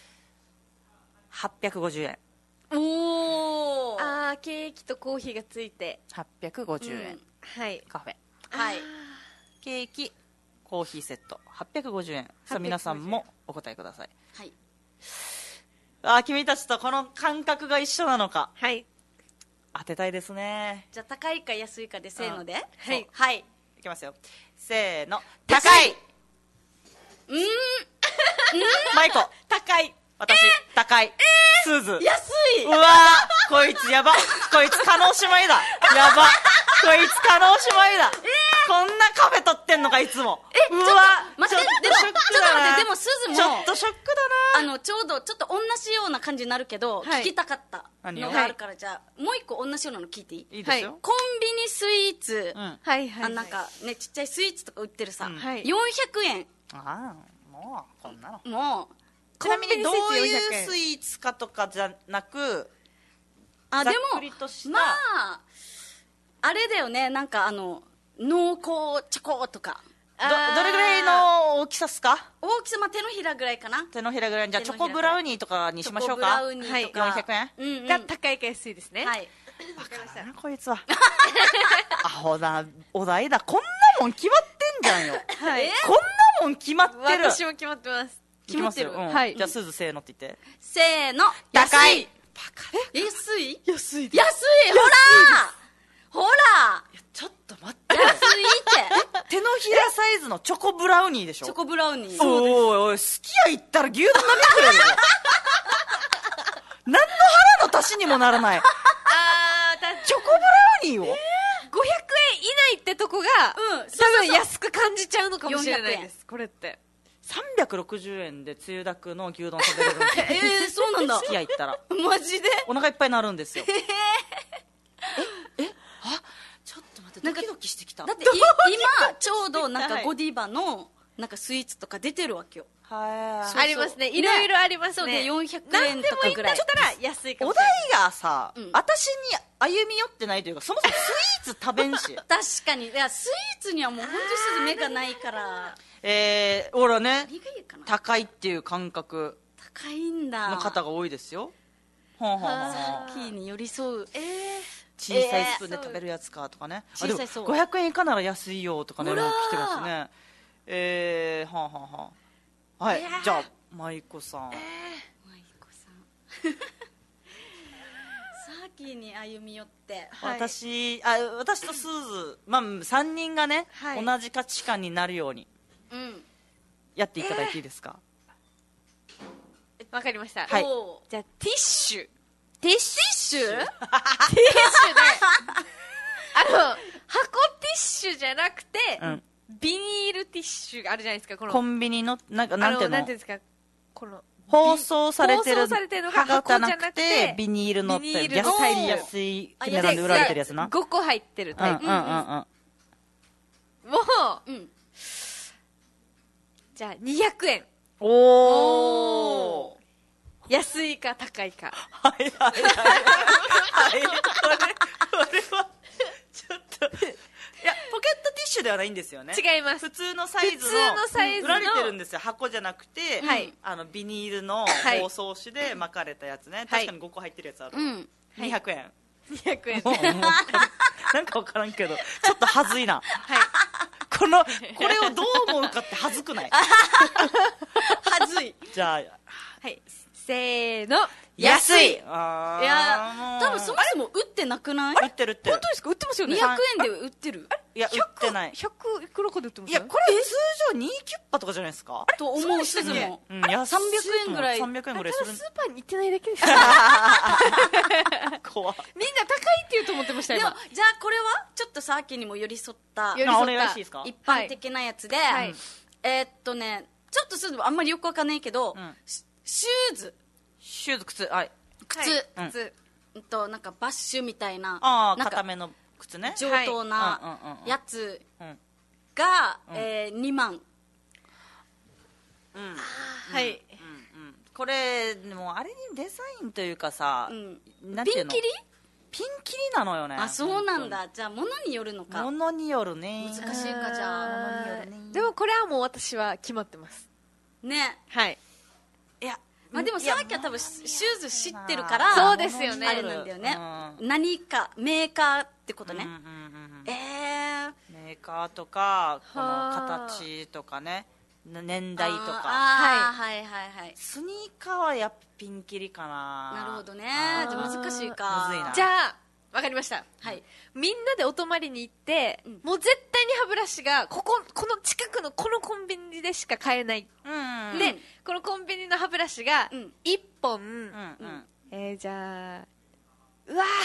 850円。 おー。 ケーキとコーヒーがついて 850円、 はいカフェ。 はい。 ケーキコーヒーセット850円。さあ皆さんもお答えください。 はい。 君たちとこの感覚が一緒なのか。 はい。 当てたいですね。 じゃあ高いか安いかでせーので。 はい。 はい。 いきますよ。せーの。高い。マイコ。 高い。 私、高い。スーズ。 安い。 うわー、こいつやば。こいつ加納姉妹だ。やば。こいつ加納姉妹だ。こんなカフェ取ってんのか、いつも。うわ待って、でも、ちょっと待って、でも、すずも、 ちょっとショックだな。 ちょうど、ちょっと同じような感じになるけど、聞きたかったのがあるから、じゃあ、もう一個同じようなの聞いていい？ いいですよ。 コンビニスイーツ、 はいはい。 なんかね、ちっちゃいスイーツとか売ってるさ、400円。 ああ、もう、こんなの。 もう、 ちなみにどういうスイーツかとかじゃなく、 でも、まあ、あれだよね、なんか濃厚チョコとか。 どれぐらいの大きさっすか？ 大きさ、まあ、手のひらぐらいかな。 手のひらぐらい。じゃあチョコブラウニーとかにしましょうか。 チョコブラウニーとか。 400円が高いか安いですね。 はい。 わかるな、こいつは。アホなお題だ。こんなもん決まってんじゃんよ。 はい。 こんなもん決まってる。 私も決まってます。 決まってる。はい。じゃあスーズせーのって言って。 せーの。 高い。 バカ。安い？ 安い。 安い。ほらほらちょっと待って。 安いって手のひらサイズのチョコブラウニーでしょ？ チョコブラウニー。 おいおい、すき家行ったら牛丼飲み食えるよ。何の腹の足しにもならない。チョコブラウニーを500円以内ってとこが、多分安く感じちゃうのかもしれないです。これって。 360円でつゆだくの牛丼食べれるんですよ。 そうなんだ。 すき家行ったら。 マジでお腹いっぱいになるんですよ。ちょっと待って、ドキドキしてきた。 だって今ちょうどなんかゴディバのなんかスイーツとか出てるわけよ。 ありますね。いろいろありますね。 そうで400円とかぐらい。 何でもいったら安いかもおしれない。 題がさ、私に歩み寄ってないというか、そもそもスイーツ食べんし。 確かに。いや、スイーツにはもう本当にすず目がないから。 ほらね、高いっていう感覚高いんだの方が多いですよ。ほんほんほん。 さっきに寄り添う。 小さいスプーンで食べるやつかとかね。でも500円以下なら安いよとかね、来てますね。はんはんはん。はい、じゃあ舞子さん。舞子さん。さっきに歩み寄って、 私とスーズ、まあ3人がね、同じ価値観になるようにやっていただいていいですか？ わかりました。 はい。 じゃあティッシュ。 ティッシュ？ティッシュで箱ティッシュじゃなくて、ビニールティッシュがあるじゃないですか。このコンビニのなんていうの？ なんていうんですか、この包装されてる箱じゃなくてビニールの安い値段で売られてるやつな。 5個入ってるタイプ。もう、じゃあ200円。 おー、 安いか高いか。 はいはいはいはい。これはちょっと、いや、ポケットティッシュではないんですよね。 違います。 普通のサイズの売られてるんですよ。箱じゃなくて、ビニールの包装紙で巻かれたやつね。確かに5個入ってるやつある。200円。 200円。 なんか分からんけど、ちょっとはずいな。これをどう思うかってはずくない？ はずい。 じゃあ、 はい。せーの。 安い。いや、多分そもそも売ってなくない？ 売ってる。 本当ですか？売ってますよね。 200円で売ってる？ いや、売ってない。 100いくらかで売ってます？ いや、これ通常2キュッパとかじゃないですか？ と思う、すずも。 300円ぐらい。 300円ぐらいする。スーパーに行ってないだけです。 怖い。 みんな高いって言うと思ってました、今。 じゃあこれはちょっとさっきにも寄り添った、 お願いしていいですか？ 一般的なやつで、ちょっとすずもあんまりよくわかんないけど、シューズ、 靴、はい。 靴、なんかバッシュみたいな、 固めの靴ね。 上等なやつが2万。 はい。 これでもあれにデザインというかさ、 ピンキリなのよね。 あ、そうなんだ。じゃあ物によるのか。 物によるね。 難しいか、じゃあ物によるね。 でもこれはもう私は決まってますね。 はい。 いや、まあでもさっきは多分シューズ知ってるから、 そうですよね。 あれなんだよね。何かメーカーってことね。 メメーカーとかこの形とかね、年代とか。 はいはいはい。 スニーカーはやっぴんきりかな。 なるほどね。じゃあ難しいか。 むずいな。 じゃあわかりました。 はい。 みんなでお泊まりに行って、もう絶対に歯ブラシがこの近くのこのコンビニでしか買えない。で、このコンビニの歯ブラシが1本、じゃあうわ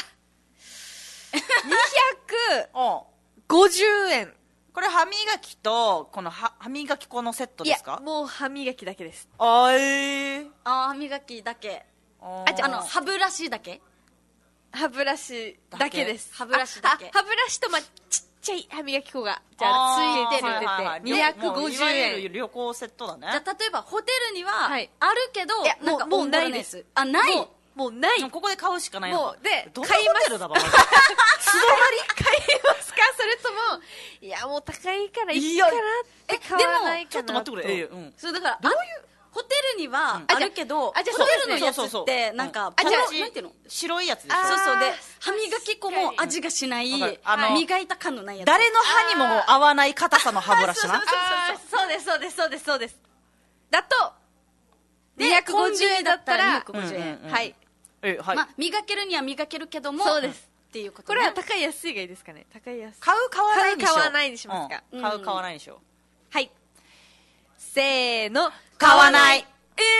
250円。 これ歯磨きとこの歯磨き粉のセットですか？ いや、もう歯磨きだけです。 歯磨きだけ。じゃあ歯ブラシだけ？ 歯ブラシだけです。 歯ブラシだけ。 歯ブラシとちっちゃい歯磨き粉がじゃあついてる250円。 いわゆる旅行セットだね。 じゃあ例えばホテルにはあるけど、なんかもうないです。 あ、ない。 もうない。 ここで買うしかないの。 もうで買います。素通り買いますか？それともいやもう高いからいいかなって買わないかな。 ちょっと待ってくれ。 そうだからどういうホテルにはあるけど、ホテルのやつってなんかなんていうの、 白いやつでしょ。 そうで歯磨き粉も味がしない磨いた感のないやつ。 誰の歯にも合わない硬さの歯ブラシな。 そうです。だと250円だったら 250円。 はい。 まあ磨けるには磨けるけども、 そうですっていうこと。 これは高い安いがいいですかね。高い安い。 買わないにしますか。 買わないにしよう。 はい。せーの。 買わない。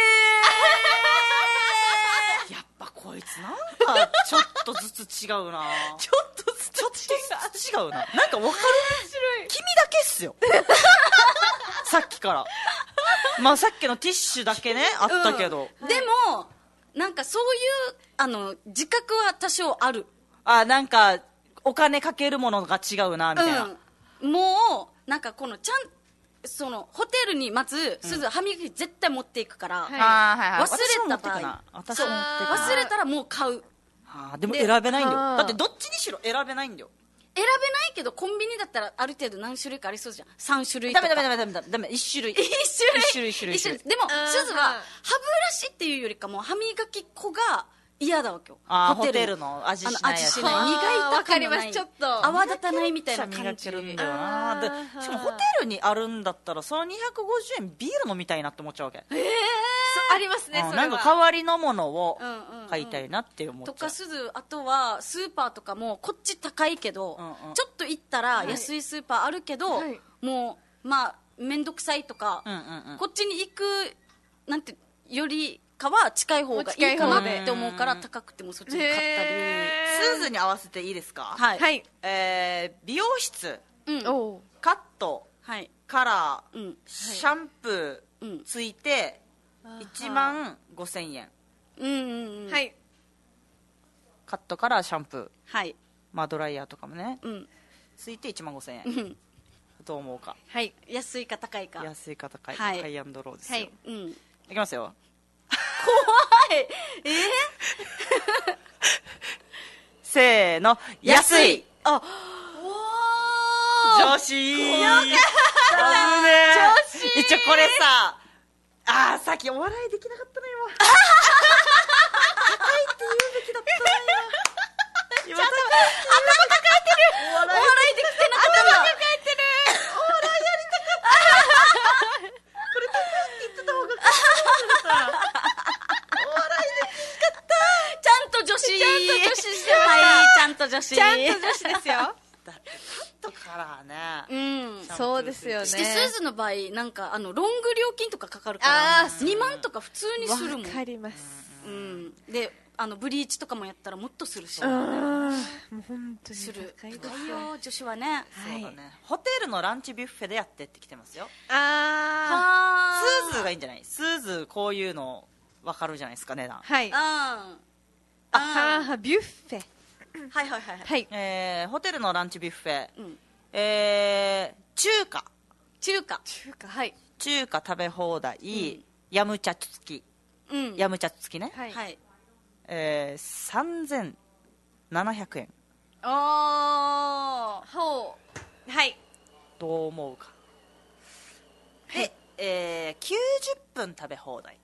やっぱこいつなんかちょっとずつ違うな。 ちょっとずつ違うな。なんかわかる？君だけっすよ。さっきから。まあさっきのティッシュだけねあったけど。 でもなんかそういう自覚は多少ある。 なんかお金かけるものが違うなみたいな。 もうなんかこのそのホテルにまずすず歯磨き絶対持っていくから、忘れた場合、忘れたらもう買う。 でも選べないんだよ。だってどっちにしろ選べないんだよ。 選べないけどコンビニだったらある程度何種類かありそうじゃん。3種類とか。 ダメ1種類。1種類。 でもすずは歯ブラシっていうよりかも歯磨き粉が嫌だわけよ。 ホテルの味しないやつ。 磨いた感のない、 ちょっと泡立たないみたいな感じ。 磨けるんだよな。しかもホテルにあるんだったらその250円ビール飲みたいなって思っちゃうわけ。 ありますね。それはなんか代わりのものを買いたいなって思っちゃう。 とかすず、あとはスーパーとかもこっち高いけど、ちょっと行ったら安いスーパーあるけど、もうまあ面倒くさいとか、こっちに行くなんてよりかは近い方がいいかなって思うから、高くてもそっちに買ったり。 スーズに合わせていいですか？ はい。 美容室、カット、カラー、シャンプーついて1万5000円。 はい。 カットカラーシャンプー、 はい。 まあドライヤーとかもね、ついて1万5000円。どう思うか？ はい。安いか高いか。 安いか高いか。ハイアンドローですよ。いきますよ。 怖い。 せーの、安い。女子。よかった。一応これさ、さっきお笑いできなかったのよ。高いって言うべきだったのよ。ちゃんと頭抱えてる。お笑いできてなかった。頭抱えてる。お笑いやりたかった。これ高いって言ってた方がかっこいいさ。 ちゃんと女子ですよ。 だってカットからね。 そうですよね。 してスーズの場合なんかロング料金とかかかるから2万とか普通にするもん。 わかります。 でブリーチとかもやったらもっとするし。 もう本当にする。高いよ女子はね。 そうだね。ホテルのランチビュッフェでやってってきてますよ。スーズがいいんじゃない？スーズこういうの分かるじゃないですか値段。 はい。ビュッフェ。 はい。 ホテルのランチビュッフェ、中華、 はい。 中華食べ放題、ヤムチャ付き、ヤムチャ付きね、 はい。 3700円。 はい。 どう思うか。で、90分食べ放題。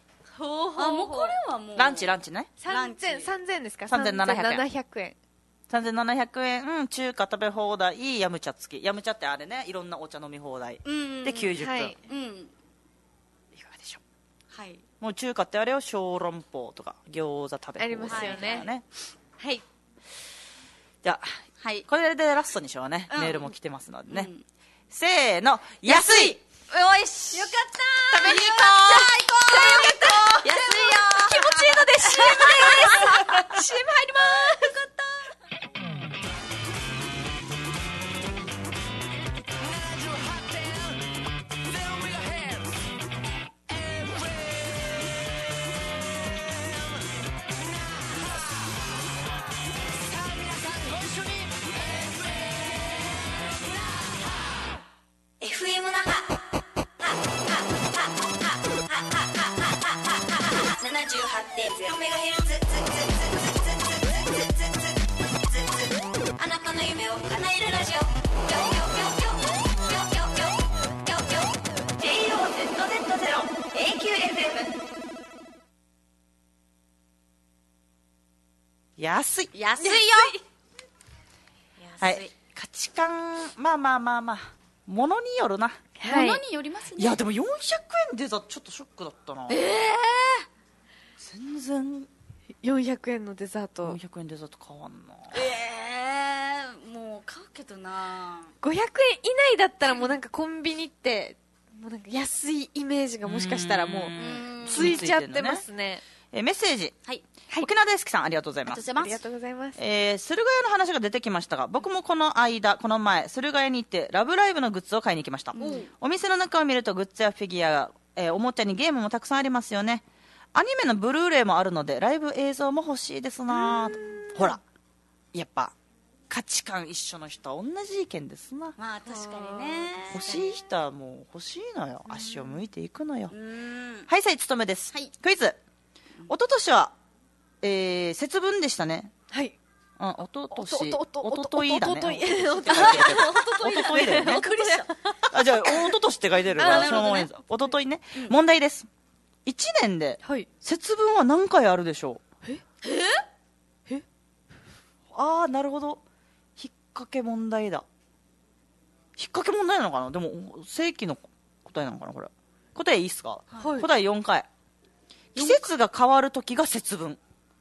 もうこれはもうランチね。 3000円ですか？ 3700円。 3700円中華食べ放題ヤムチャ付き。ヤムチャってあれね、いろんなお茶飲み放題で90分、はい、いかがでしょう。はい、もう中華ってあれを小籠包とか餃子食べ放題ありますよね。はい、じゃあ、はい、これでラストにしようね、メールも来てますのでね、せーの、安い。 よし、よかった食べに行こう。 じゃあ行こう。安いよ。 気持ちいいので CM です。CM 入ります。よかった。 FM 那覇 78.0MHz あなたの夢を叶えるラジオJOZZ0AQFM 安い。 安いよ。 はい、価値観、まあものによるな、 ものによりますね。 いやでも400円出た、ちょっとショックだったな。全然 400円のデザート、 400円デザート買わんな。 もう買うけどな。 500円以内だったらもうなんかコンビニってもうなんか安いイメージがもしかしたらもうついちゃってますね。 メッセージ、はい、沖縄大好きさん、ありがとうございます。 ありがとうございます。 駿河屋の話が出てきましたが、僕もこの前駿河屋に行ってラブライブのグッズを買いに行きました。お店の中を見るとグッズやフィギュア、おもちゃにゲームもたくさんありますよね。アニメのブルーレイもあるのでライブ映像も欲しいですな。ほら、やっぱ価値観一緒の人は同じ意見ですな。 まあ確かにね。 欲しい人はもう欲しいのよ。足を向いていくのよ。はい、さいつとめです、はい、クイズ。一昨年は節分でしたね。はい。おとといだね。おとといだよね。あ、じゃあ、おととしって書いてるから、そのままです。おとといね。問題です。1年で、節分は何回あるでしょう？あー、なるほど。引っ掛け問題だ。引っ掛け問題なのかな？でも、正規の答えなのかな、これ。答えいいっすか？答え4回。季節が変わるときが節分。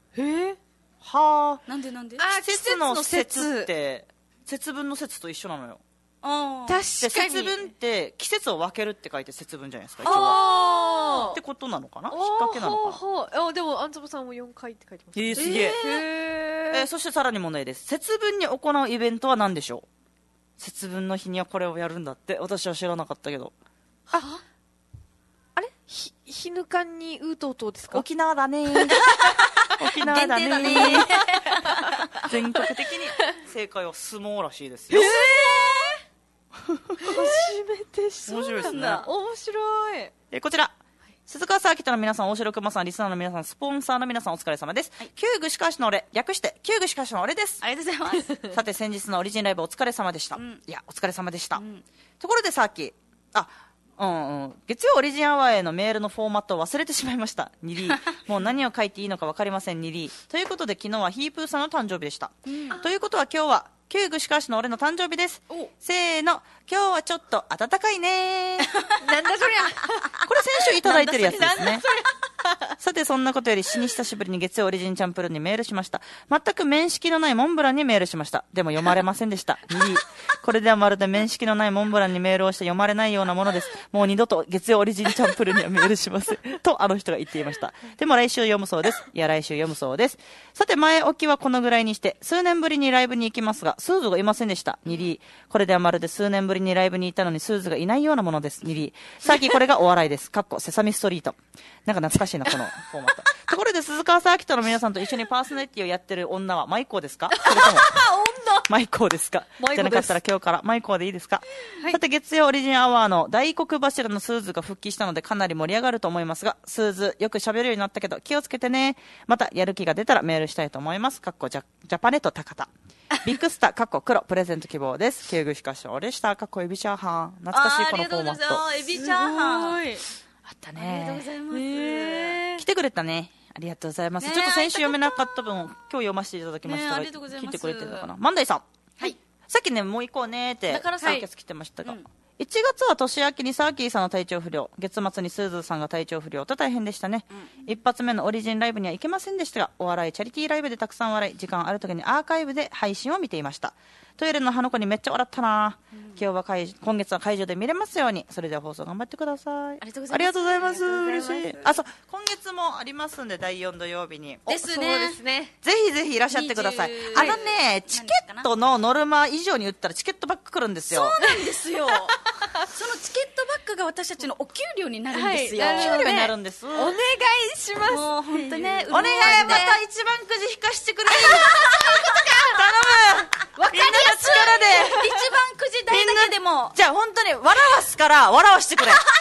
はあ。 なんで季節の節って節分の節と一緒なのよ。 確かに。 節分って季節を分けるって書いて節分じゃないですか、一応は。ってことなのかな、引っ掛けなのかな。 でもアンツボさんも4回って書いてます。 すげえ。そしてさらに問題です。節分に行うイベントは何でしょう？節分の日にはこれをやるんだって。私は知らなかったけど。 あれひぬかんにうとうとうですか？ 沖縄だね。沖縄だね。全国的に正解は相撲らしいですよ。 初めて知った。 面白いですね。 面白い。 こちら、鈴川サーキットの皆さん、大城熊さん、リスナーの皆さん、スポンサーの皆さん、お疲れ様です。旧串川市の俺、略して旧串川市の俺です。 ありがとうございます。 さて、先日のオリジンライブお疲れ様でした。いや、お疲れ様でした。ところでさっき、月曜オリジンアワーへのメールのフォーマットを忘れてしまいました。ニリー。もう何を書いていいのか分かりません、ニリー。ということで昨日はヒープーさんの誕生日でした。ということは今日は旧串川市の俺の誕生日です。せーの、今日はちょっと暖かいねなんだそりゃ。 これ先週いただいてるやつですね。さてそんなことより死に久しぶりに月曜オリジンチャンプルーにメールしました。全く面識のないモンブランにメールしました。でも読まれませんでした。これではまるで面識のないモンブランにメールをして読まれないようなものです。もう二度と月曜オリジンチャンプルーにはメールしますとあの人が言っていました。でも来週読むそうです。いや来週読むそうです。さて前置きはこのぐらいにして数年ぶりにライブに行きますがスーズがいませんでした。ニリー。これではまるで数年ぶりにライブに行ったのにスーズがいないようなものです。ニリー。さっきこれがお笑いです。かっこセサミストリート。なんか懐かしいなこのフォーマット。ところで鈴川サーキットの皆さんと一緒にパーソナリティをやってる女はマイコーですか？それともマイコーですか？じゃなかったら今日からマイコーでいいですか？さて月曜オリジンアワーの大黒柱のスーズが復帰したのでかなり盛り上がると思いますが、スーズよく喋るようになったけど気をつけてね。またやる気が出たらメールしたいと思います。かっこジャパネット高田。ビッグスターかっこ黒プレゼント希望です。旧串川市の俺したかっこエビチャーハン。懐かしいこのフォーマット。 エビチャーハン。 あったね。 ありがとうございます。 来てくれたね。ありがとうございます。ちょっと先週読めなかった分を今日読ませていただきましたが、聞いてくれてるのかな。万代さん。はい。さっきね、もう行こうねって、採血来てましたが。1月は年明けにサーキーさんの体調不良、月末にスーズーさんが体調不良と大変でしたね。一発目のオリジンライブには行けませんでしたが、お笑いチャリティーライブでたくさん笑い、時間ある時にアーカイブで配信を見ていました。トイレの花子にめっちゃ笑ったな。今月は会場で見れますように。それでは放送頑張ってください。ありがとうございます。嬉しい。あ、そう、今月もありますんで、第4土曜日に。 ですね。そうですね。 ぜひぜひいらっしゃってください。チケットのノルマ以上に売ったらチケットバック来るんですよ。 そうなんですよ。そのチケットバックが私たちのお給料になるんですよ。 お給料になるんです。 お願いします。 もう本当ね。 お願い、また一番くじ引かしてくれ。頼む。 わかりやすい。力で一番くじ代だけでも。 じゃあ本当に笑わすから笑わしてくれ。な、ウ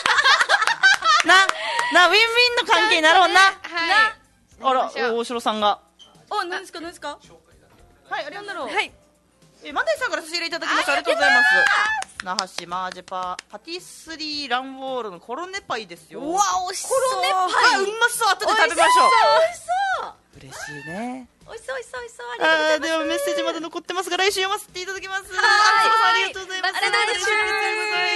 ィンウィンの関係になろうな。はい。あら、大城さんが。 お、何ですか。 はい、ありがとう。 はい。 万代さんから差し入れいただきました。ありがとうございます。那覇市マージェパティスリーランウォールのコロネパイですよ。 うわ、美味しそう。 コロネパイ、うまそう。後で食べましょう。 美味しそう。 嬉しいね。 美味しそう。ありがとうございます。 ではメッセージまだ残ってますが、来週読ませていただきます。 はい。 ありがとうございます。 また来週。